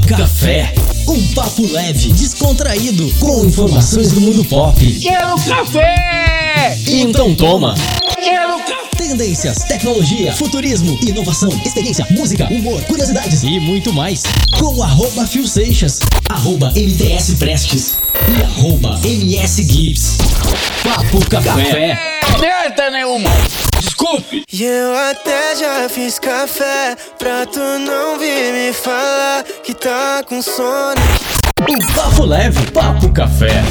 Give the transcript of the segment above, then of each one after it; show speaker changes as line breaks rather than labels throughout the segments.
Café, um papo leve, descontraído, com informações do mundo pop.
Quero café!
Então toma!
Quero café!
Tendências, tecnologia, futurismo, inovação, experiência, música, humor, curiosidades e muito mais. Com @Phil Seixas, @MTS Prestes e @MS Gibbs. Papo Café.
Merda nenhuma! Desculpe!
E eu até já fiz café pra tu não vir me falar que tá com sono.
Um papo leve, Papo Café.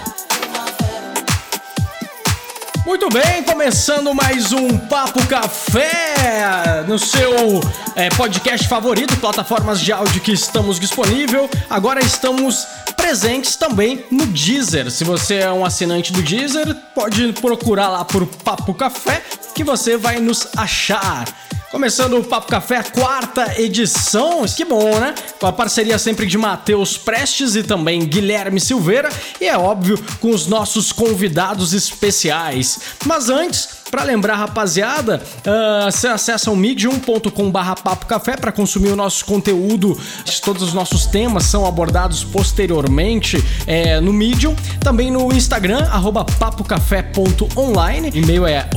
Muito bem, começando mais um Papo Café no seu podcast favorito, plataformas de áudio que estamos disponível. Agora estamos presentes também no Deezer. Se você é um assinante do Deezer, pode procurar lá por Papo Café que você vai nos achar. Começando o Papo Café, a 4ª edição, que bom, né? Com a parceria sempre de Matheus Prestes e também Guilherme Silveira, e é óbvio, com os nossos convidados especiais. Mas antes, para lembrar, rapaziada, você acessa o medium.com/papocafé para consumir o nosso conteúdo. Todos os nossos temas são abordados posteriormente no Medium. Também no Instagram, @papocafé.online. E-mail é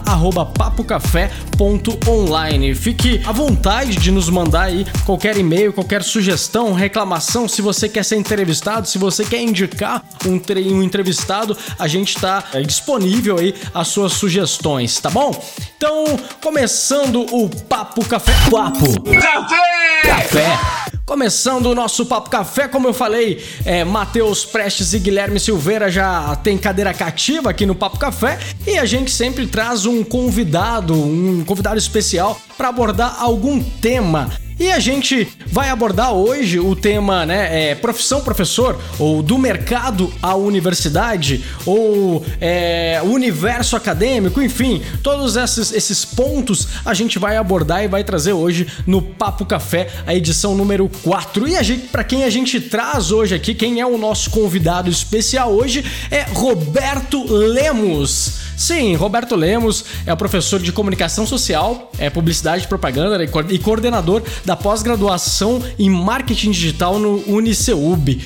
olá@papocafé.online. Fique à vontade de nos mandar aí qualquer e-mail, qualquer sugestão, reclamação. Se você quer ser entrevistado, se você quer indicar um entrevistado, a gente está disponível aí às suas sugestões. Tá bom? Então, começando o Papo Café.
Papo Café.
Começando o nosso Papo Café, como eu falei, Matheus Prestes e Guilherme Silveira já tem cadeira cativa aqui no Papo Café e a gente sempre traz um convidado especial para abordar algum tema. E a gente vai abordar hoje o tema, profissão professor, ou do mercado à universidade, ou o universo acadêmico, enfim, todos esses pontos a gente vai abordar e vai trazer hoje no Papo Café, a edição número 4. E para quem a gente traz hoje aqui, quem é o nosso convidado especial hoje é Roberto Lemos. Sim, Roberto Lemos é o professor de comunicação social, publicidade e propaganda e coordenador da pós-graduação em marketing digital no UniCeub.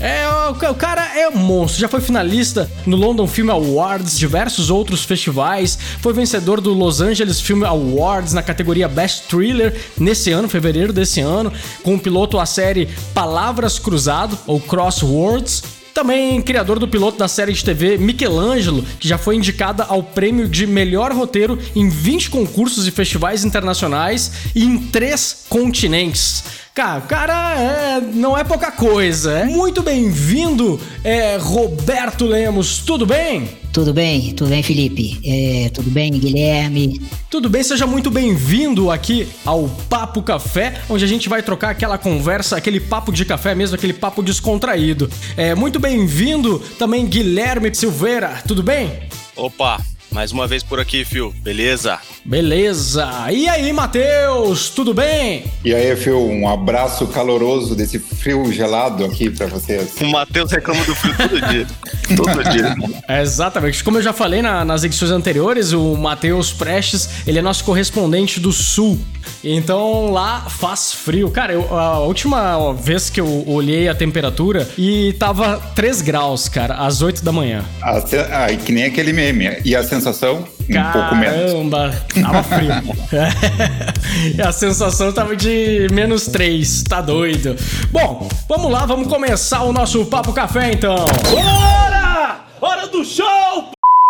O cara é um monstro, já foi finalista no London Film Awards, diversos outros festivais, foi vencedor do Los Angeles Film Awards na categoria Best Thriller nesse ano, fevereiro desse ano, com o piloto a série Palavras Cruzado, ou Crosswords. Também criador do piloto da série de TV Michelangelo, que já foi indicada ao prêmio de melhor roteiro em 20 concursos e festivais internacionais e em 3 continentes. Cara, o cara não é pouca coisa. Muito bem-vindo, Roberto Lemos. Tudo bem?
Tudo bem, Felipe. Tudo bem, Guilherme?
Tudo bem, seja muito bem-vindo aqui ao Papo Café, onde a gente vai trocar aquela conversa, aquele papo de café mesmo, aquele papo descontraído. Muito bem-vindo também, Guilherme Silveira. Tudo bem?
Opa! Mais uma vez por aqui, Phil. Beleza?
Beleza. E aí, Matheus? Tudo bem?
E aí, Phil? Um abraço caloroso desse frio gelado aqui pra vocês.
O Matheus reclama do frio todo dia. Todo dia.
Exatamente. Como eu já falei nas edições anteriores, o Matheus Prestes, ele é nosso correspondente do Sul. Então lá faz frio. Cara, a última vez que eu olhei a temperatura e tava 3 graus, cara, às 8 da manhã.
Que nem aquele meme. E a sensação? Pouco menos.
Caramba, tava frio. E a sensação tava de -3, tá doido. Bom, vamos lá, vamos começar o nosso Papo Café então. Bora! Hora do show!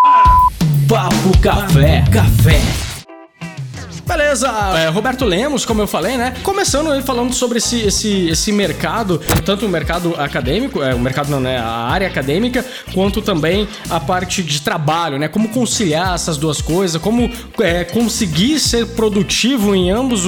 Papo Café.
Beleza, Roberto Lemos, como eu falei, né? Começando aí falando sobre esse mercado, tanto o mercado acadêmico, o mercado não, né? A área acadêmica, quanto também a parte de trabalho, né? Como conciliar essas duas coisas, como conseguir ser produtivo em ambas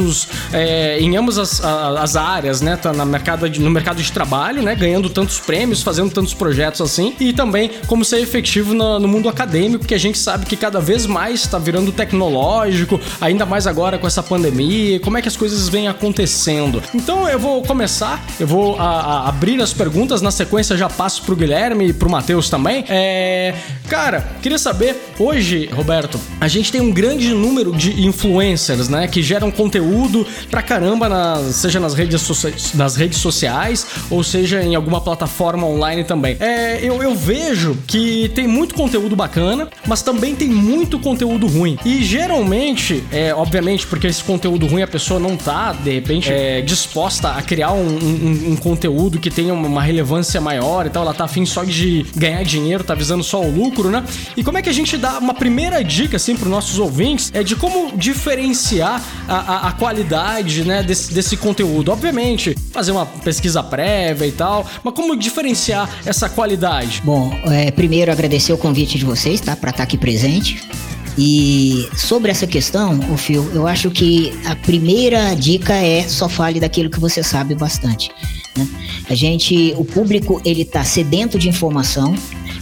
as áreas, né? Tá no mercado de trabalho, né? Ganhando tantos prêmios, fazendo tantos projetos assim, e também como ser efetivo no mundo acadêmico, que a gente sabe que cada vez mais está virando tecnológico, ainda mais agora agora com essa pandemia, como é que as coisas vêm acontecendo. Então eu vou começar, eu vou abrir as perguntas, na sequência já passo pro Guilherme e pro Matheus também. Cara, queria saber, hoje, Roberto, a gente tem um grande número de influencers, né, que geram conteúdo pra caramba, seja nas redes sociais, ou seja em alguma plataforma online também. Eu vejo que tem muito conteúdo bacana, mas também tem muito conteúdo ruim. E geralmente, obviamente, porque esse conteúdo ruim a pessoa não tá, de repente, disposta a criar um conteúdo que tenha uma relevância maior e tal, ela tá afim só de ganhar dinheiro, tá visando só o lucro, né? E como é que a gente dá uma primeira dica, assim, pros nossos ouvintes, de como diferenciar a qualidade, né, desse conteúdo? Obviamente, fazer uma pesquisa prévia e tal, mas como diferenciar essa qualidade?
Bom, primeiro agradecer o convite de vocês, tá? Pra estar aqui presente. E sobre essa questão, Phil, eu acho que a primeira dica é só fale daquilo que você sabe bastante, né? O público, ele tá sedento de informação,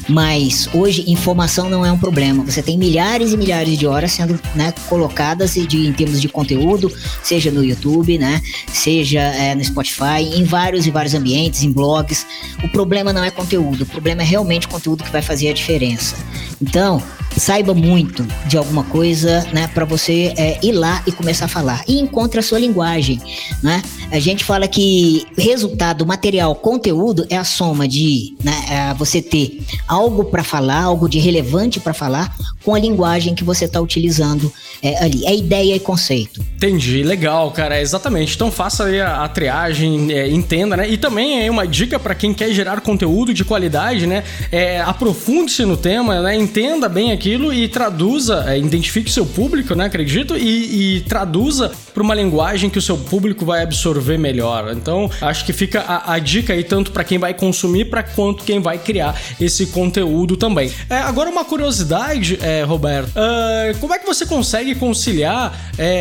mas hoje informação não é um problema. Você tem milhares e milhares de horas sendo, né, colocadas em termos de conteúdo, seja no YouTube, né, seja no Spotify, em vários e vários ambientes, em blogs. O problema não é conteúdo, o problema é realmente conteúdo que vai fazer a diferença. Então, saiba muito de alguma coisa, né, para você ir lá e começar a falar. E encontre a sua linguagem, né? A gente fala que resultado, material, conteúdo é a soma de, né, você ter algo para falar, algo de relevante para falar, com a linguagem que você está utilizando ali. É ideia e conceito.
Entendi, legal, cara, exatamente. Então faça aí a triagem, entenda, né? E também é uma dica para quem quer gerar conteúdo de qualidade, né? Aprofunde-se no tema, né? Entenda bem aquilo e traduza, identifique o seu público, né? Acredito, e traduza para uma linguagem que o seu público vai absorver melhor. Então, acho que fica a dica aí tanto para quem vai consumir quanto quem vai criar esse conteúdo também. Agora uma curiosidade, Roberto, como é que você consegue conciliar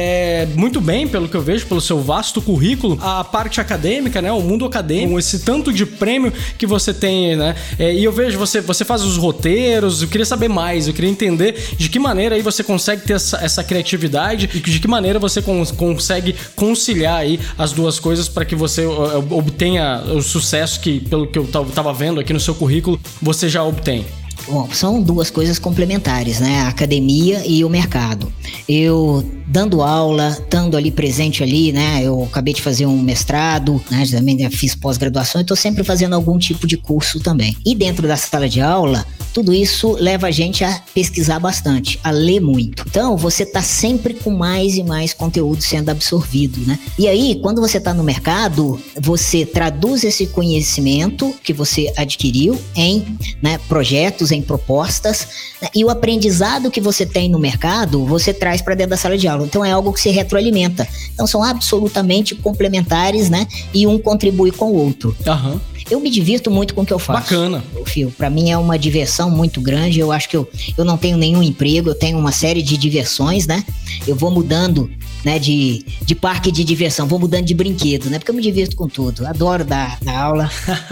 muito bem, pelo que eu vejo, pelo seu vasto currículo, a parte acadêmica, né, o mundo acadêmico, esse tanto de prêmio que você tem, né? E eu vejo você faz os roteiros. Eu queria saber mais, eu queria entender de que maneira aí você consegue ter essa criatividade e de que maneira você consegue conciliar aí as duas coisas para que você obtenha o sucesso que, pelo que eu tava vendo aqui no seu currículo, você já obtém.
Bom, são duas coisas complementares, né? A academia e o mercado. Eu dando aula, estando ali presente ali, né? Eu acabei de fazer um mestrado, né? Também fiz pós-graduação e estou sempre fazendo algum tipo de curso também. E dentro da sala de aula, tudo isso leva a gente a pesquisar bastante, a ler muito. Então, você tá sempre com mais e mais conteúdo sendo absorvido, né? E aí, quando você tá no mercado, você traduz esse conhecimento que você adquiriu em, né, projetos, em propostas, né? E o aprendizado que você tem no mercado, você traz para dentro da sala de aula. Então, é algo que se retroalimenta. Então, são absolutamente complementares, né? E um contribui com o outro.
Aham.
Eu me divirto muito com o que eu faço.
Bacana.
Phil, pra mim é uma diversão muito grande. Eu acho que eu não tenho nenhum emprego, eu tenho uma série de diversões, né? Eu vou mudando, né, de parque de diversão, vou mudando de brinquedo, né? Porque eu me divirto com tudo. Adoro dar aula.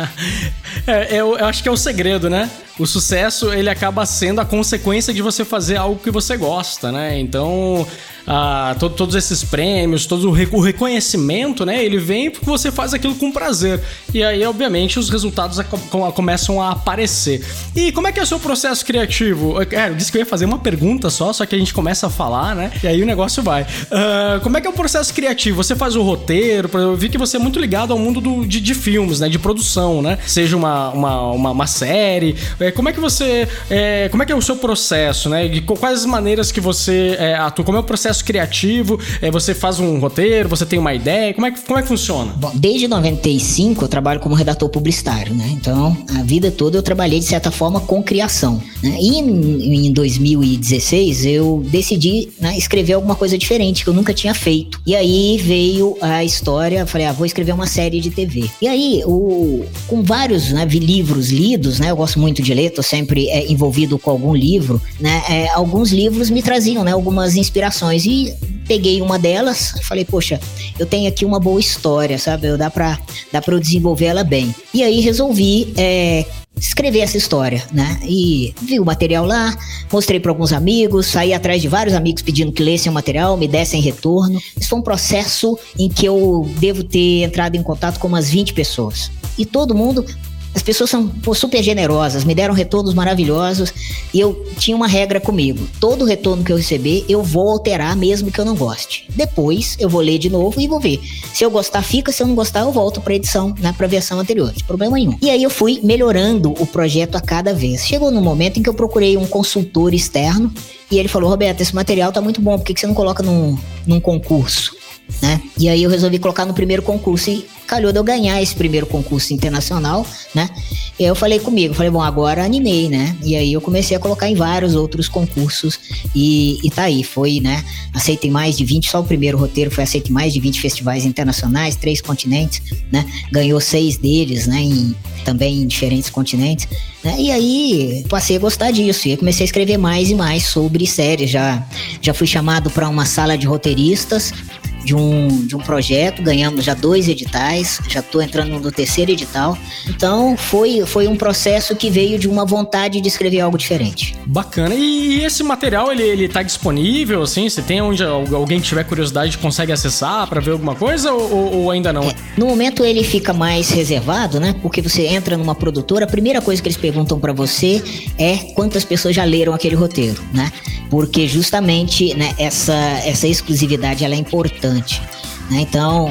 Eu acho que é o segredo, né? O sucesso, ele acaba sendo a consequência de você fazer algo que você gosta, né? Então, todos esses prêmios, todo o reconhecimento, né? Ele vem porque você faz aquilo com prazer. E aí, obviamente, os resultados começam a aparecer. E como é que é o seu processo criativo? Eu disse que eu ia fazer uma pergunta só que a gente começa a falar, né? E aí o negócio vai. Como é que é o processo criativo? Você faz o roteiro? Eu vi que você é muito ligado ao mundo de filmes, né? De produção, né? Seja uma série. Como é que você... como é que é o seu processo, né? E quais as maneiras que você atua? Como é o processo criativo? Você faz um roteiro? Você tem uma ideia? Como é que funciona?
Bom, desde 95 eu trabalho como redator publicitário, né? Então, a vida toda eu trabalhei, de certa forma, com criação, né? E em 2016 eu decidi, né, escrever alguma coisa diferente que eu nunca tinha feito. E aí veio a história, falei, vou escrever uma série de TV. E aí, com vários, né, livros lidos, né? Eu gosto muito de ler, tô sempre envolvido com algum livro, né? Alguns livros me traziam, né, algumas inspirações. E peguei uma delas, falei, poxa, eu tenho aqui uma boa história, sabe? Dá pra eu desenvolver ela bem. E aí resolvi escrever essa história, né? E vi o material lá, mostrei para alguns amigos, saí atrás de vários amigos pedindo que lessem o material, me dessem retorno. Isso foi um processo em que eu devo ter entrado em contato com umas 20 pessoas. E todo mundo... As pessoas são super generosas, me deram retornos maravilhosos e eu tinha uma regra comigo. Todo retorno que eu receber, eu vou alterar mesmo que eu não goste. Depois, eu vou ler de novo e vou ver. Se eu gostar, fica. Se eu não gostar, eu volto pra edição, né, pra versão anterior. Sem problema nenhum. E aí eu fui melhorando o projeto a cada vez. Chegou no momento em que eu procurei um consultor externo e ele falou: Roberto, esse material tá muito bom, por que você não coloca num concurso? Né? E aí eu resolvi colocar no primeiro concurso e calhou de eu ganhar esse primeiro concurso internacional, né? E aí eu falei bom, agora animei, né? E aí eu comecei a colocar em vários outros concursos e tá aí, foi, né? Aceito em mais de 20, só o primeiro roteiro foi aceito em mais de 20 festivais internacionais, 3 continentes, né? Ganhou 6 deles, né? Também em diferentes continentes, né? E aí passei a gostar disso e comecei a escrever mais e mais sobre séries, já fui chamado para uma sala de roteiristas de um projeto, ganhamos já 2 editais, já estou entrando no 3º edital, então foi um processo que veio de uma vontade de escrever algo diferente.
Bacana, e esse material, ele tá disponível, assim, se tem onde alguém que tiver curiosidade consegue acessar para ver alguma coisa ou ainda não?
No momento ele fica mais reservado, né, porque você entra numa produtora, a primeira coisa que eles perguntam para você é quantas pessoas já leram aquele roteiro, né, porque justamente, né, essa exclusividade ela é importante. Né? Então,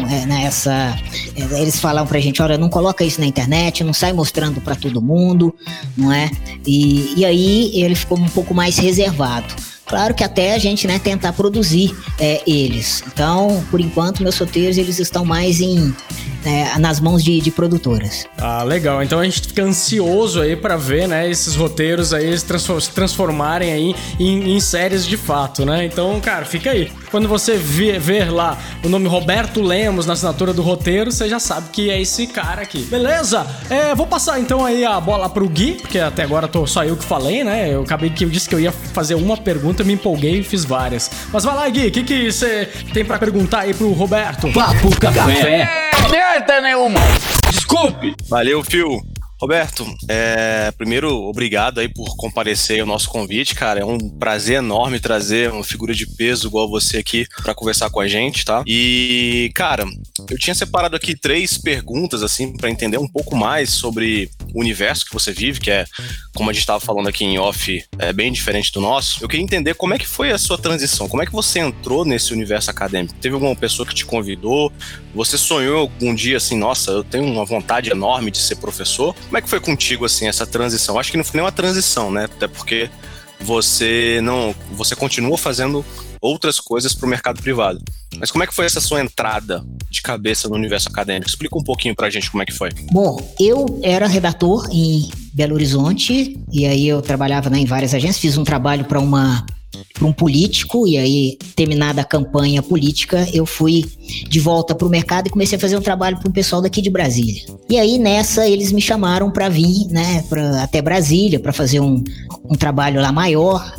eles falam pra gente, olha, não coloca isso na internet, não sai mostrando pra todo mundo, não é? E aí ele ficou um pouco mais reservado. Claro que até a gente, né, tentar produzir eles. Então, por enquanto, meus roteiros eles estão mais nas mãos de produtoras.
Ah, legal. Então a gente fica ansioso aí pra ver, né, esses roteiros aí se transformarem aí em séries de fato, né? Então, cara, fica aí. Quando você ver lá o nome Roberto Lemos na assinatura do roteiro, você já sabe que é esse cara aqui. Beleza? Vou passar então aí a bola pro Gui, porque até agora só eu que falei, né? Eu disse que eu ia fazer uma pergunta, me empolguei e fiz várias. Mas vai lá, Gui, o que você tem pra perguntar aí pro Roberto?
Papo Café.
Merda nenhuma. Desculpe.
Valeu, Phil. Roberto, primeiro, obrigado aí por comparecer ao nosso convite, cara. É um prazer enorme trazer uma figura de peso igual você aqui pra conversar com a gente, tá? E, cara, eu tinha separado aqui 3 perguntas, assim, pra entender um pouco mais sobre o universo que você vive, que é, como a gente tava falando aqui em off, é bem diferente do nosso. Eu queria entender como é que foi a sua transição, como é que você entrou nesse universo acadêmico? Teve alguma pessoa que te convidou? Você sonhou algum dia, assim, nossa, eu tenho uma vontade enorme de ser professor? Como é que foi contigo, assim, essa transição? Acho que não foi nem uma transição, né? Até porque você continua fazendo outras coisas para o mercado privado. Mas como é que foi essa sua entrada de cabeça no universo acadêmico? Explica um pouquinho pra gente como é que foi.
Bom, eu era redator em Belo Horizonte e aí eu trabalhava, né, em várias agências, fiz um trabalho para um político, e aí, terminada a campanha política, eu fui de volta pro mercado e comecei a fazer um trabalho para um pessoal daqui de Brasília. E aí, nessa, eles me chamaram para vir, né, até Brasília, para fazer um trabalho lá maior,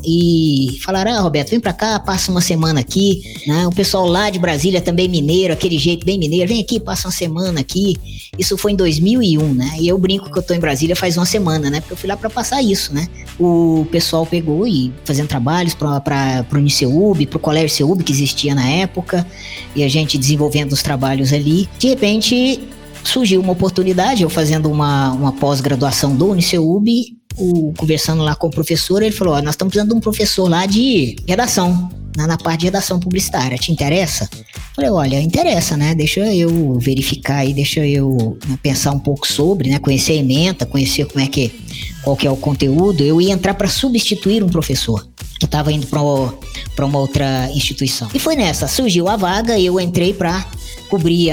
e falaram, Roberto, vem para cá, passa uma semana aqui, né, o pessoal lá de Brasília também mineiro, aquele jeito bem mineiro, vem aqui, passa uma semana aqui. Isso foi em 2001, né, e eu brinco que eu tô em Brasília faz uma semana, né, porque eu fui lá para passar isso, né. O pessoal pegou e fazendo trabalhos para o Uniceub, para o Colégio Ceub, que existia na época, e a gente desenvolvendo os trabalhos ali. De repente, surgiu uma oportunidade, eu fazendo uma pós-graduação do Uniceub, conversando lá com o professor, ele falou, nós estamos precisando de um professor lá de redação, na parte de redação publicitária, te interessa? Falei, olha, interessa, né? Deixa eu verificar aí, deixa eu pensar um pouco sobre, né? Conhecer a ementa, conhecer qual que é o conteúdo. Eu ia entrar para substituir um professor que estava indo para uma outra instituição. E foi nessa, surgiu a vaga, eu entrei para cobrir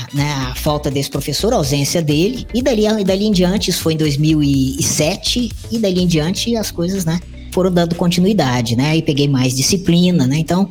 a falta desse professor, a ausência dele, e dali em diante, isso foi em 2007, e dali em diante as coisas, né, foram dando continuidade, né, e peguei mais disciplina, né, então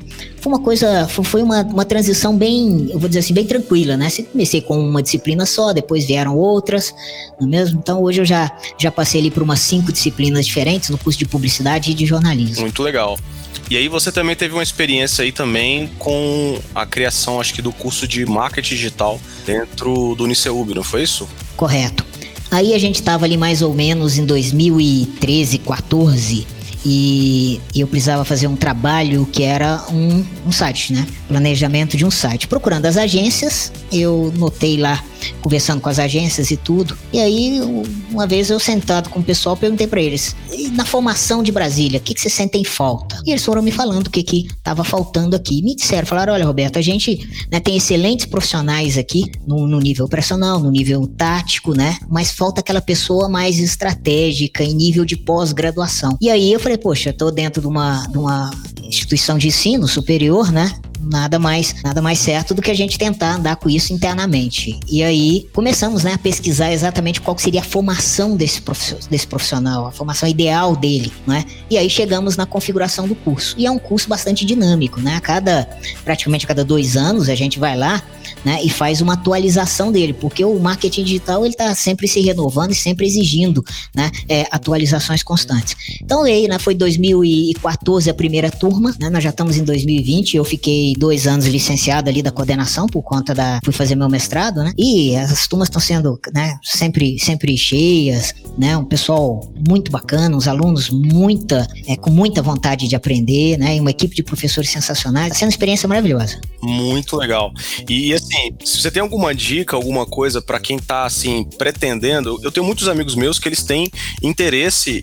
foi uma transição bem, eu vou dizer assim, bem tranquila, né, comecei com uma disciplina só, depois vieram outras, não é mesmo? Então hoje eu já passei ali por umas 5 disciplinas diferentes no curso de publicidade e de jornalismo.
Muito legal. E aí você também teve uma experiência aí também com a criação, acho que do curso de marketing digital dentro do Uniceub, não foi isso?
Correto. Aí a gente tava ali mais ou menos em 2013, 14, e eu precisava fazer um trabalho que era um site, né? Planejamento de um site. Procurando as agências, eu notei lá, conversando com as agências e tudo. E aí, uma vez eu sentado com o pessoal, perguntei pra eles: e na formação de Brasília, o que vocês sentem falta? E eles foram me falando o que tava faltando aqui. Me disseram, falaram: olha, Roberto, a gente, né, tem excelentes profissionais aqui no nível operacional, no nível tático, né? Mas falta aquela pessoa mais estratégica em nível de pós-graduação. E aí eu falei: poxa, tô dentro de uma instituição de ensino superior, né? Nada mais certo do que a gente tentar andar com isso internamente. E aí começamos, né, a pesquisar exatamente qual seria a formação desse profissional, a formação ideal dele, né? E aí chegamos na configuração do curso. E é um curso bastante dinâmico, né? Praticamente a cada 2 anos a gente vai lá, né, e faz uma atualização dele, porque o marketing digital ele está sempre se renovando e sempre exigindo, né, atualizações constantes. Então aí, né, foi 2014 a primeira turma, né? Nós já estamos em 2020, eu fiquei 2 anos licenciado ali da coordenação por conta fui fazer meu mestrado, né? E as turmas estão sendo, né, sempre cheias, né? Um pessoal muito bacana, uns alunos com muita vontade de aprender, né? E uma equipe de professores sensacionais. Está sendo uma experiência maravilhosa.
Muito legal. E assim, se você tem alguma dica, alguma coisa para quem tá assim pretendendo, eu tenho muitos amigos meus que eles têm interesse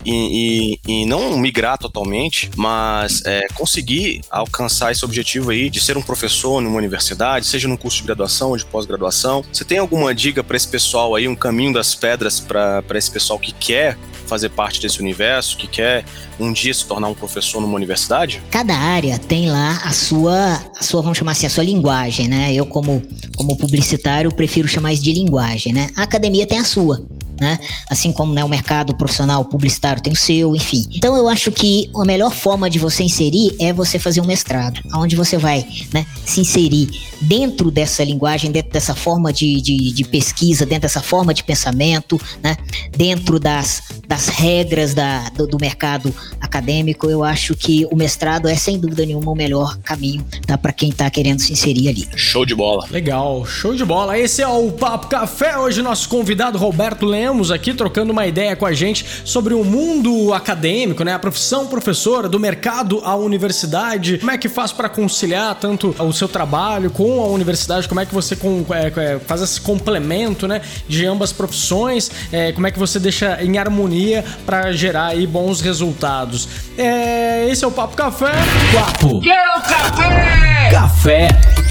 em não migrar totalmente, mas conseguir alcançar esse objetivo aí de ser um professor numa universidade, seja num curso de graduação ou de pós-graduação. Você tem alguma dica para esse pessoal aí, um caminho das pedras para esse pessoal que quer fazer parte desse universo, que quer um dia se tornar um professor numa universidade?
Cada área tem lá a sua, vamos chamar assim, a sua linguagem, né? Eu como publicitário prefiro chamar isso de linguagem, né? A academia tem a sua, né? Assim como, né, o mercado profissional publicitário tem o seu, enfim. Então eu acho que a melhor forma de você inserir é você fazer um mestrado, onde você vai, né, se inserir dentro dessa linguagem, dentro dessa forma de pesquisa, dentro dessa forma de pensamento, né, dentro das regras do mercado acadêmico. Eu acho que o mestrado é, sem dúvida nenhuma, o melhor caminho, tá, para quem tá querendo se inserir ali.
Show de bola.
Legal, show de bola. Esse é o Papo Café. Hoje nosso convidado Roberto Lemos aqui trocando uma ideia com a gente sobre o mundo acadêmico, né? A profissão professora, do mercado à universidade. Como é que faz para conciliar tanto o seu trabalho com a universidade? Como é que você faz esse complemento, né, de ambas profissões? Como é que você deixa em harmonia para gerar aí bons resultados? Esse é o Papo Café.
Papo.
Quero café!
Café.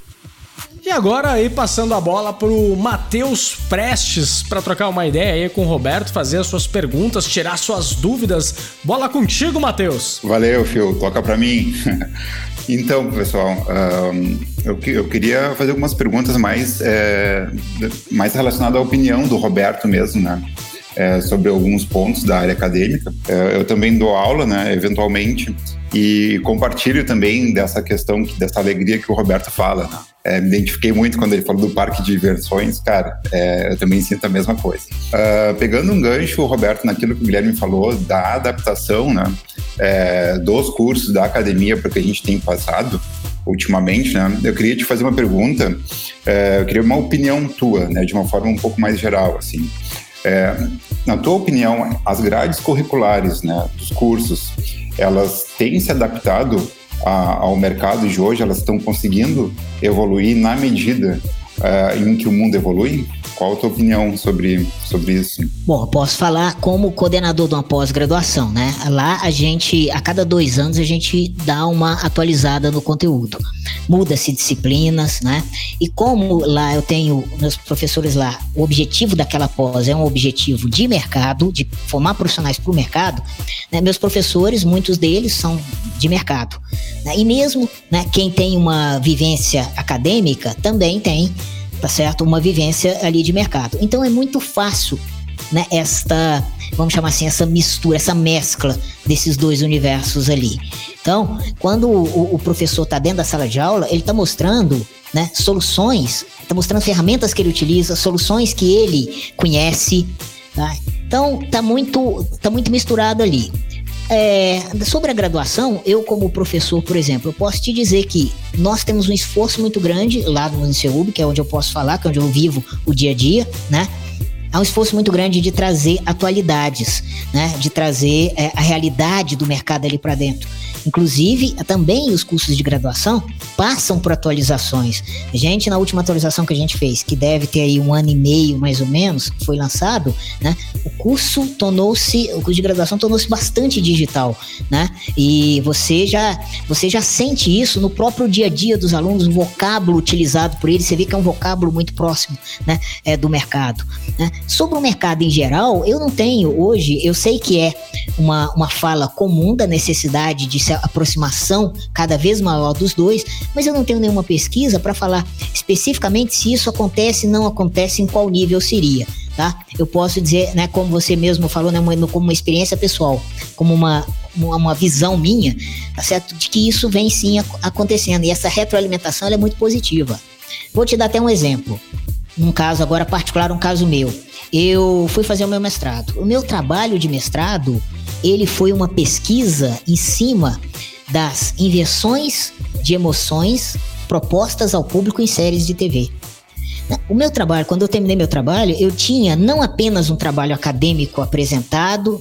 E agora aí passando a bola pro Matheus Prestes para trocar uma ideia aí com o Roberto, fazer as suas perguntas, tirar suas dúvidas. Bola contigo, Matheus.
Valeu, Phil. Toca pra mim. Então, pessoal, eu queria fazer algumas perguntas mais relacionadas à opinião do Roberto mesmo, né? Sobre alguns pontos da área acadêmica. Eu também dou aula, né, eventualmente, e compartilho também dessa questão, dessa alegria que o Roberto fala, né? Me identifiquei muito quando ele falou do parque de diversões, cara, eu também sinto a mesma coisa. Pegando um gancho, Roberto, naquilo que o Guilherme falou, da adaptação, né, dos cursos da academia para o que a gente tem passado ultimamente, né, eu queria te fazer uma pergunta, eu queria uma opinião tua, né, de uma forma um pouco mais geral, assim. Na tua opinião, as grades curriculares, né, dos cursos, elas têm se adaptado ao mercado de hoje? Elas estão conseguindo evoluir na medida em que o mundo evolui? Qual a tua opinião sobre isso?
Bom, eu posso falar como coordenador de uma pós-graduação, né? Lá a cada 2 anos a gente dá uma atualizada no conteúdo. Muda-se disciplinas, né? E como lá eu tenho meus professores lá, o objetivo daquela pós é um objetivo de mercado, de formar profissionais para o mercado, né? Meus professores, muitos deles são de mercado, né? E mesmo, né, quem tem uma vivência acadêmica também tem, tá certo, uma vivência ali de mercado. Então é muito fácil, né, vamos chamar assim, essa mistura, essa mescla desses dois universos ali. Então, quando o professor está dentro da sala de aula, ele está mostrando, né, soluções, está mostrando ferramentas que ele utiliza, soluções que ele conhece, tá? Então tá muito misturado ali. Sobre a graduação, eu como professor, por exemplo, eu posso te dizer que nós temos um esforço muito grande lá no INSEUB, que é onde eu posso falar, que é onde eu vivo o dia a dia, né? há um esforço muito grande de trazer atualidades, né? De trazer a realidade do mercado ali para dentro. Inclusive, também os cursos de graduação passam por atualizações. A gente, na última atualização que a gente fez, que deve ter aí 1 ano e meio mais ou menos, que foi lançado, né? O curso de graduação tornou-se bastante digital, né? E você já sente isso no próprio dia a dia dos alunos, o vocábulo utilizado por eles, você vê que é um vocábulo muito próximo, né? Do mercado, né? Sobre o mercado em geral, eu não tenho hoje, eu sei que é uma fala comum da necessidade de aproximação cada vez maior dos dois, mas eu não tenho nenhuma pesquisa para falar especificamente se isso acontece, não acontece, em qual nível seria, tá? Eu posso dizer, né, como você mesmo falou, né, como uma experiência pessoal, como uma visão minha, tá certo? De que isso vem sim acontecendo, e essa retroalimentação ela é muito positiva. Vou te dar até um exemplo, um caso agora particular, um caso meu. Eu fui fazer o meu mestrado. O meu trabalho de mestrado, ele foi uma pesquisa em cima das inversões de emoções propostas ao público em séries de TV. O meu trabalho, quando eu terminei meu trabalho, eu tinha não apenas um trabalho acadêmico apresentado,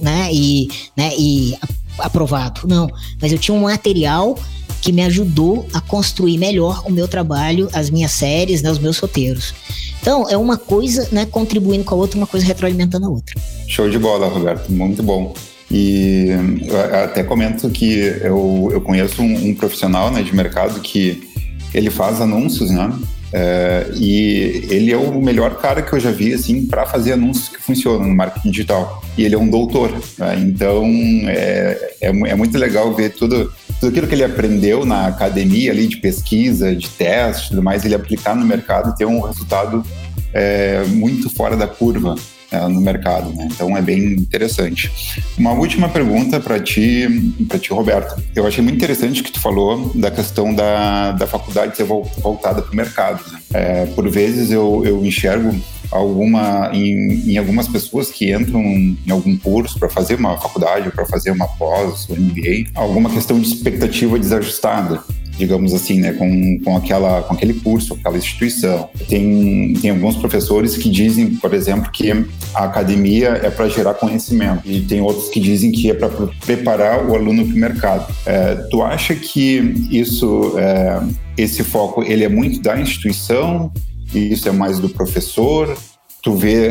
e aprovado, não, mas eu tinha um material que me ajudou a construir melhor o meu trabalho, as minhas séries, né, os meus roteiros. Então, é uma coisa, né, contribuindo com a outra, uma coisa retroalimentando a outra.
Show de bola, Roberto, muito bom. E eu até comento que eu conheço um profissional, né, de mercado que ele faz anúncios, né? E ele é o melhor cara que eu já vi, assim, para fazer anúncios que funcionam no marketing digital. E ele é um doutor, né? Então é muito legal ver tudo aquilo que ele aprendeu na academia ali de pesquisa, de teste, tudo mais, ele aplicar no mercado e ter um resultado muito fora da curva no mercado, né? Então é bem interessante. Uma última pergunta para ti, Roberto. Eu achei muito interessante que tu falou da questão da faculdade ser voltada para o mercado, né? Por vezes eu enxergo em algumas pessoas que entram em algum curso para fazer uma faculdade, para fazer uma pós, ou MBA, alguma questão de expectativa desajustada, digamos assim, né, com aquele curso, aquela instituição. Tem alguns professores que dizem, por exemplo, que a academia é para gerar conhecimento, e tem outros que dizem que é para preparar o aluno para o mercado. Tu acha que esse foco ele é muito da instituição, e isso é mais do professor? Tu vê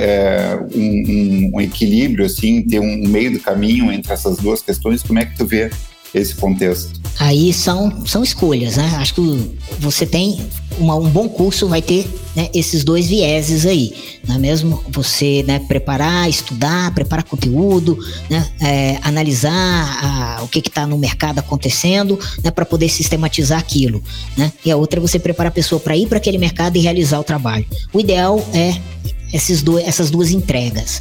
um equilíbrio, assim, ter um meio do caminho entre essas duas questões? Como é que tu vê esse contexto?
Aí são escolhas, né? Acho que você tem um bom curso, vai ter, né, esses dois vieses aí, não é mesmo? Você, né, preparar conteúdo, né, analisar o que está no mercado acontecendo, né, para poder sistematizar aquilo, né? E a outra é você preparar a pessoa para ir para aquele mercado e realizar o trabalho. O ideal é essas duas entregas.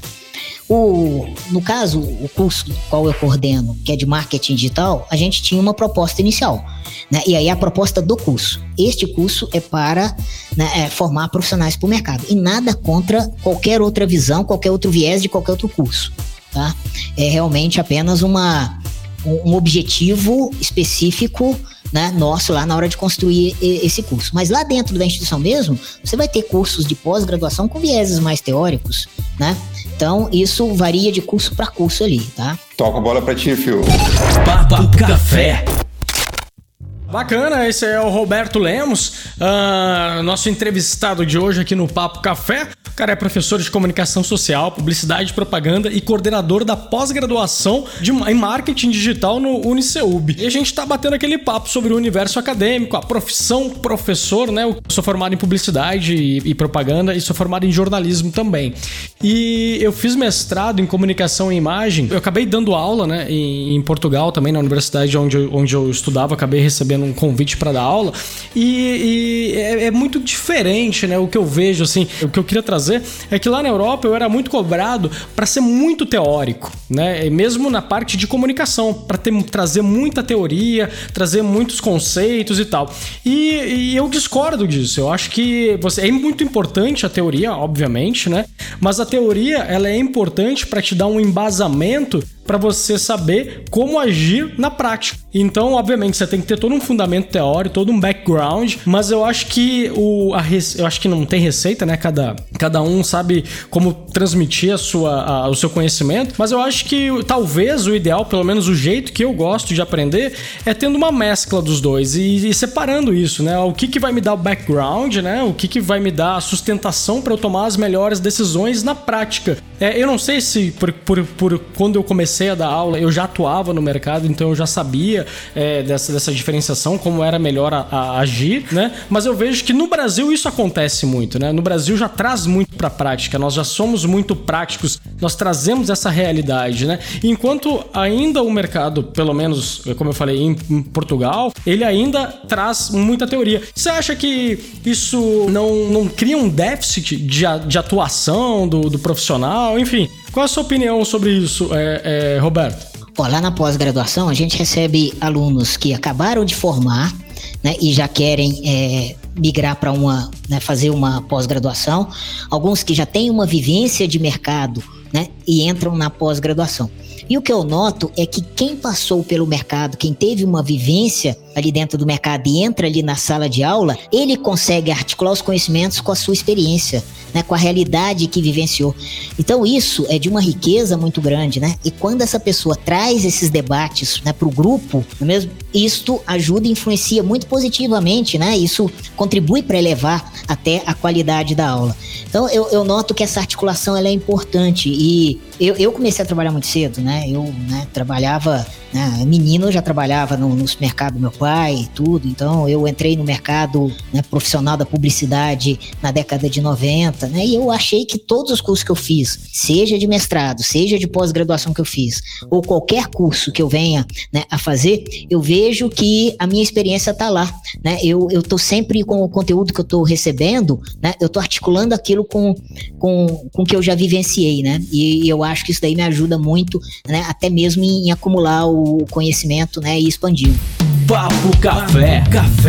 No caso, o curso qual eu coordeno, que é de marketing digital, a gente tinha uma proposta inicial, né? E aí a proposta do curso. Este curso é para, né, formar profissionais para o mercado. E nada contra qualquer outra visão, qualquer outro viés de qualquer outro curso, tá? É realmente apenas um objetivo específico, né, nosso lá na hora de construir esse curso. Mas lá dentro da instituição mesmo, você vai ter cursos de pós-graduação com vieses mais teóricos, né? Então, isso varia de curso para curso ali, tá?
Toca a bola pra ti, Phil.
Papo Café.
Bacana, esse é o Roberto Lemos, nosso entrevistado de hoje aqui no Papo Café. O cara é professor de comunicação social, publicidade, propaganda e coordenador da pós-graduação em marketing digital no UniCeub. E a gente tá batendo aquele papo sobre o universo acadêmico, a profissão professor, né? Eu sou formado em publicidade e propaganda e sou formado em jornalismo também. E eu fiz mestrado em comunicação e imagem. Eu acabei dando aula, né, em Portugal também, na universidade onde eu estudava, acabei recebendo um convite para dar aula. E é muito diferente, né? O que eu vejo, assim, o que eu queria trazer é que lá na Europa eu era muito cobrado para ser muito teórico, né? E mesmo na parte de comunicação, para trazer muita teoria, trazer muitos conceitos e tal. E eu discordo disso. Eu acho que é muito importante a teoria, obviamente, né? Mas a teoria, ela é importante para te dar um embasamento para você saber como agir na prática. Então, obviamente, você tem que ter todo um fundamento teórico, todo um background, mas eu acho que eu acho que não tem receita, né? Cada um sabe como transmitir o seu conhecimento, mas eu acho que talvez o ideal, pelo menos o jeito que eu gosto de aprender, é tendo uma mescla dos dois e separando isso, né? O que vai me dar o background, né? O que vai me dar a sustentação para eu tomar as melhores decisões na prática. Eu não sei se por quando eu comecei a dar aula eu já atuava no mercado, então eu já sabia dessa diferenciação, como era melhor a agir, né? Mas eu vejo que no Brasil isso acontece muito, né? No Brasil já traz muito para a prática, nós já somos muito práticos, nós trazemos essa realidade, né? Enquanto ainda o mercado, pelo menos, como eu falei, em Portugal, ele ainda traz muita teoria. Você acha que isso não cria um déficit de atuação do profissional? Enfim, qual a sua opinião sobre isso, Roberto?
Lá na pós-graduação a gente recebe alunos que acabaram de formar, né, e já querem migrar para fazer uma pós-graduação, alguns que já têm uma vivência de mercado, né, e entram na pós-graduação. E o que eu noto é que quem passou pelo mercado, quem teve uma vivência ali dentro do mercado e entra ali na sala de aula, ele consegue articular os conhecimentos com a sua experiência, né, com a realidade que vivenciou. Então isso é de uma riqueza muito grande, né? E quando essa pessoa traz esses debates, né, para o grupo, mesmo, isto ajuda e influencia muito positivamente, né? Isso contribui para elevar até a qualidade da aula. Então eu noto que essa articulação ela é importante e eu comecei a trabalhar muito cedo, né? Eu trabalhava, né, menino, eu já trabalhava no supermercado do meu pai e tudo, então eu entrei no mercado, né, profissional da publicidade na década de 90, né? E eu achei que todos os cursos que eu fiz, seja de mestrado, seja de pós-graduação que eu fiz, ou qualquer curso que eu venha, né, a fazer, eu vejo que a minha experiência tá lá, né? Eu tô sempre com o conteúdo que eu tô recebendo, né? Eu tô articulando aquilo com o que eu já vivenciei, né? E eu acho que isso daí me ajuda muito, né? Até mesmo em acumular o conhecimento, né? E expandir.
Papo Café.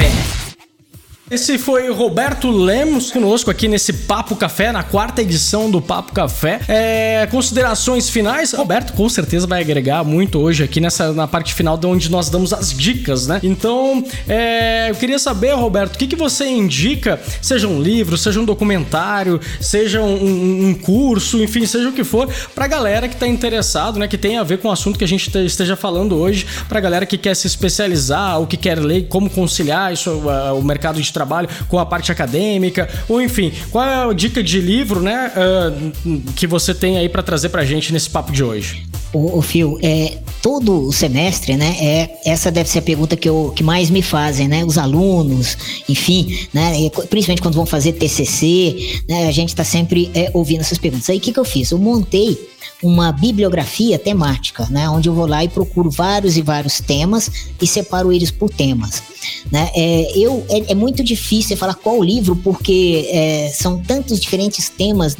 Esse foi o Roberto Lemos conosco aqui nesse Papo Café, na 4ª edição do Papo Café. Considerações finais? Roberto com certeza vai agregar muito hoje aqui na parte final, de onde nós damos as dicas, né? Então, eu queria saber, Roberto, o que você indica, seja um livro, seja um documentário, seja um curso, enfim, seja o que for, pra galera que tá interessado, né? Que tem a ver com o assunto que a gente esteja falando hoje, pra galera que quer se especializar ou que quer ler como conciliar isso, o mercado de trabalho com a parte acadêmica, ou enfim, qual é a dica de livro, né, que você tem aí para trazer pra gente nesse papo de hoje?
O Phil, todo o semestre, né, essa deve ser a pergunta que mais me fazem, né, os alunos, enfim, né, principalmente quando vão fazer TCC, né, a gente tá sempre ouvindo essas perguntas. Aí o que eu fiz? Eu montei uma bibliografia temática, né, onde eu vou lá e procuro vários e vários temas e separo eles por temas, né. É muito difícil falar qual livro, porque são tantos diferentes temas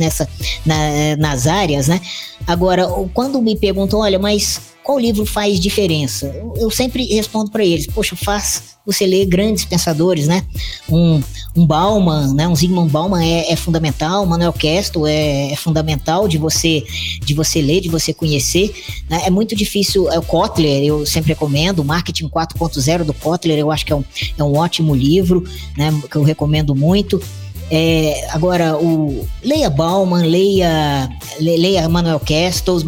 nas áreas, né. Agora, quando me perguntam, olha, mas qual livro faz diferença? Eu sempre respondo para eles, poxa, faz você ler grandes pensadores, né? Um Bauman, né? Um Zygmunt Bauman é fundamental, Manuel Castells é fundamental de você ler, de você conhecer, né? É muito difícil, o Kotler eu sempre recomendo, o Marketing 4.0 do Kotler eu acho que é um ótimo livro, né? Que eu recomendo muito. Agora, leia Bauman, leia Manuel Castells,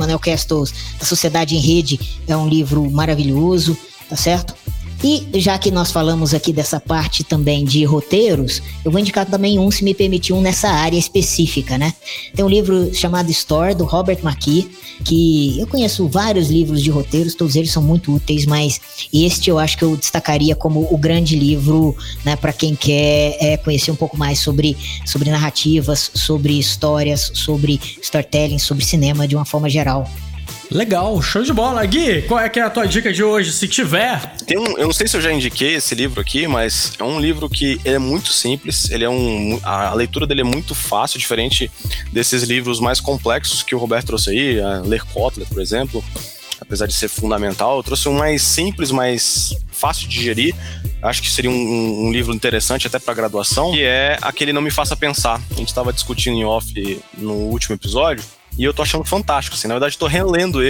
A Sociedade em Rede é um livro maravilhoso, tá certo? E já que nós falamos aqui dessa parte também de roteiros, eu vou indicar também se me permitir, nessa área específica, né? Tem um livro chamado Store, do Robert McKee, que eu conheço vários livros de roteiros, todos eles são muito úteis, mas este eu acho que eu destacaria como o grande livro, né, para quem quer conhecer um pouco mais sobre narrativas, sobre histórias, sobre storytelling, sobre cinema de uma forma geral.
Legal, show de bola. Gui, qual é que é a tua dica de hoje, se tiver?
Eu não sei se eu já indiquei esse livro aqui, mas é um livro que ele é muito simples, a leitura dele é muito fácil, diferente desses livros mais complexos que o Roberto trouxe aí, a ler Kotler, por exemplo, apesar de ser fundamental. Eu trouxe um mais simples, mais fácil de digerir. Acho que seria um livro interessante até para graduação, que é aquele Não Me Faça Pensar. A gente estava discutindo em off no último episódio, e eu tô achando fantástico, assim. Na verdade, tô relendo ele,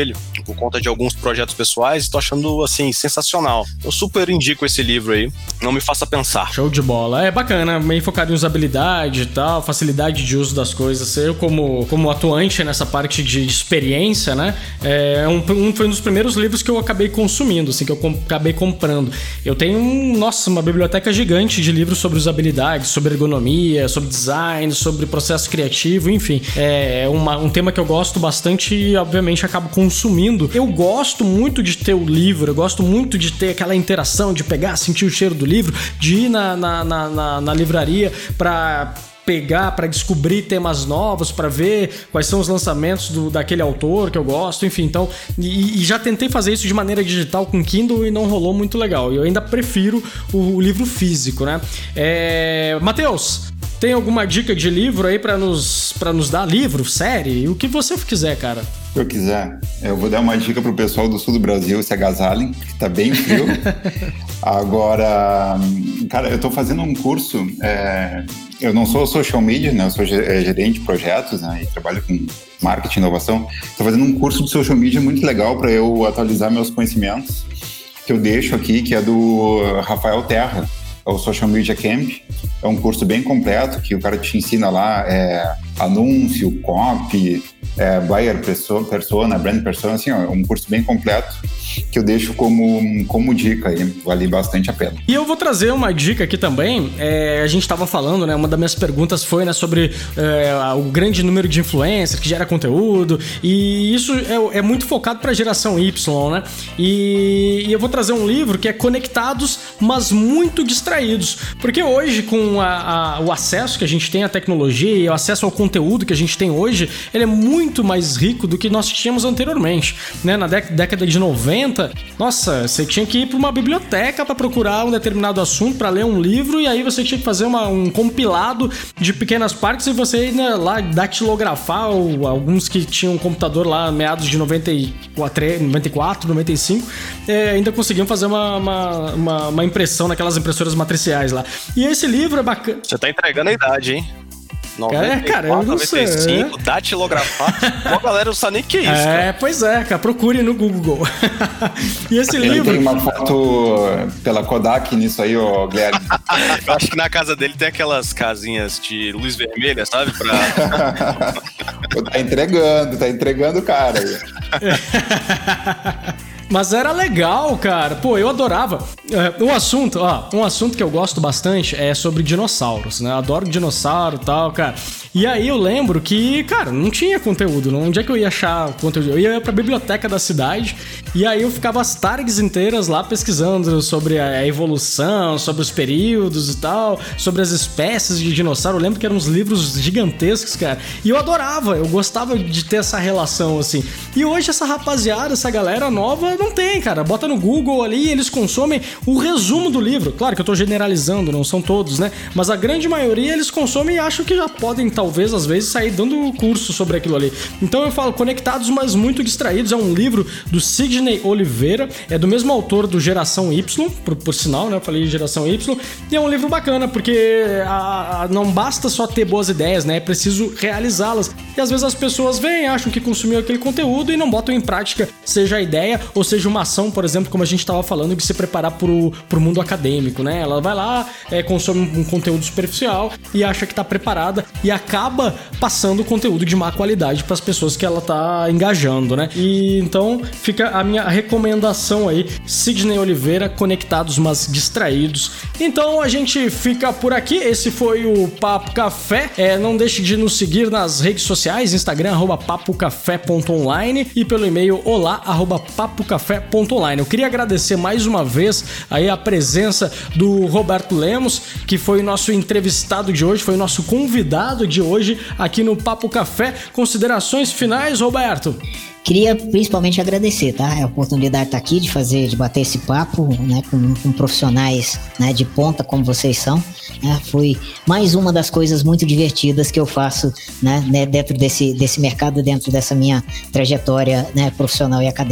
por conta de alguns projetos pessoais, e tô achando, assim, sensacional. Eu super indico esse livro aí, Não Me Faça Pensar.
Show de bola. É bacana, meio focado em usabilidade e tal, facilidade de uso das coisas. Eu, como atuante nessa parte de experiência, né, foi um dos primeiros livros que eu acabei consumindo, assim, que eu acabei comprando. Eu tenho, uma biblioteca gigante de livros sobre usabilidade, sobre ergonomia, sobre design, sobre processo criativo, enfim. É um tema que eu gosto bastante e, obviamente, acabo consumindo. Eu gosto muito de ter o livro, eu gosto muito de ter aquela interação, de pegar, sentir o cheiro do livro, de ir na livraria para descobrir temas novos, para ver quais são os lançamentos daquele autor que eu gosto, enfim, então, e já tentei fazer isso de maneira digital com Kindle e não rolou muito legal, eu ainda prefiro o livro físico, né? Matheus, tem alguma dica de livro aí pra nos dar? Livro, série, o que você quiser, cara.
Se eu quiser, eu vou dar uma dica pro pessoal do sul do Brasil, se agasalhem, que tá bem frio. Agora, cara, eu tô fazendo um curso, eu não sou social media, né? Eu sou gerente de projetos, né? E trabalho com marketing e inovação. Tô fazendo um curso de social media muito legal para eu atualizar meus conhecimentos, que eu deixo aqui, que é do Rafael Terra. É o Social Media Camp. É um curso bem completo que o cara te ensina lá anúncio, copy, buyer persona, brand persona, assim, ó, um curso bem completo que eu deixo como dica aí, vale bastante a pena.
E eu vou trazer uma dica aqui também, a gente estava falando, né, uma das minhas perguntas foi, né, sobre o grande número de influencers que gera conteúdo, e isso é muito focado para a geração Y, né, e eu vou trazer um livro que é Conectados, mas muito distraídos, porque hoje com o acesso que a gente tem à tecnologia e o acesso ao conteúdo que a gente tem hoje, ele é muito mais rico do que nós tínhamos anteriormente, né, na década de 90, nossa, você tinha que ir para uma biblioteca para procurar um determinado assunto, para ler um livro, e aí você tinha que fazer um compilado de pequenas partes e você, né, lá datilografar, ou alguns que tinham um computador lá meados de 94, 95, ainda conseguiam fazer uma impressão naquelas impressoras matriciais lá. E esse livro é bacana.
Você tá entregando a idade, hein? 94,
cara, eu não
95,
sei.
datilografar. A galera não sabe nem o que é isso. Cara.
Pois é, cara, procure no Google. E esse livro.
Tem uma foto pela Kodak nisso aí, ó, Guilherme.
Eu acho que na casa dele tem aquelas casinhas de luz vermelha, sabe?
Tá entregando o cara aí.
Mas era legal, cara. Pô, eu adorava. Um assunto que eu gosto bastante é sobre dinossauros, né? Eu adoro dinossauro e tal, cara. E aí eu lembro que, cara, não tinha conteúdo. Onde é que eu ia achar conteúdo? Eu ia pra biblioteca da cidade e aí eu ficava as tardes inteiras lá pesquisando sobre a evolução, sobre os períodos e tal, sobre as espécies de dinossauro. Eu lembro que eram uns livros gigantescos, cara. E eu adorava, eu gostava de ter essa relação, assim. E hoje essa rapaziada, essa galera nova não tem, cara. Bota no Google ali e eles consomem o resumo do livro. Claro que eu tô generalizando, não são todos, né? Mas a grande maioria eles consomem e acham que já podem, talvez, às vezes, sair dando curso sobre aquilo ali. Então eu falo Conectados, mas muito distraídos. É um livro do Sidney Oliveira, é do mesmo autor do Geração Y, por sinal, né? Eu falei Geração Y. E é um livro bacana, porque não basta só ter boas ideias, né? É preciso realizá-las. E às vezes as pessoas vêm, acham que consumiu aquele conteúdo e não botam em prática, seja a ideia ou seja uma ação, por exemplo, como a gente estava falando, de se preparar pro mundo acadêmico, né? Ela vai lá, consome um conteúdo superficial e acha que tá preparada e acaba passando conteúdo de má qualidade para as pessoas que ela tá engajando, né? E então fica a minha recomendação aí, Sidney Oliveira, Conectados, mas Distraídos. Então a gente fica por aqui, esse foi o Papo Café. Não deixe de nos seguir nas redes sociais, Instagram, @papocafé.online e pelo e-mail olá@papocafé.online. Eu queria agradecer mais uma vez aí a presença do Roberto Lemos, que foi o nosso entrevistado de hoje, foi o nosso convidado de hoje aqui no Papo Café. Considerações finais, Roberto?
Queria principalmente agradecer, tá? A oportunidade de estar aqui, de bater esse papo, né, com profissionais, né, de ponta como vocês são. Né? Foi mais uma das coisas muito divertidas que eu faço, né, dentro desse mercado, dentro dessa minha trajetória, né, profissional e acadêmica.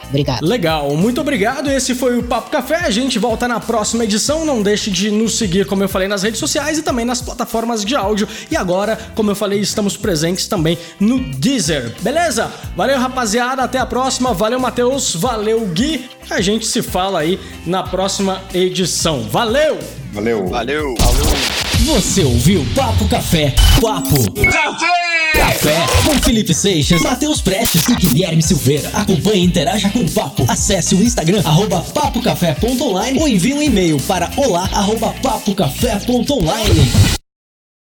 Obrigado.
Legal, muito obrigado. Esse foi o Papo Café. A gente volta na próxima edição. Não deixe de nos seguir, como eu falei, nas redes sociais e também nas plataformas de áudio. E agora, como eu falei, estamos presentes também no Deezer. Beleza? Valeu, rapaziada. Até a próxima. Valeu, Matheus. Valeu, Gui. A gente se fala aí na próxima edição. Valeu!
Valeu!
Valeu!
Você ouviu Papo Café? Papo Café com Felipe Seixas, Matheus Prestes e Guilherme Silveira. Acompanhe e interaja com o Papo. Acesse o Instagram @papocafé.online ou envie um e-mail para olá@papocafé.online.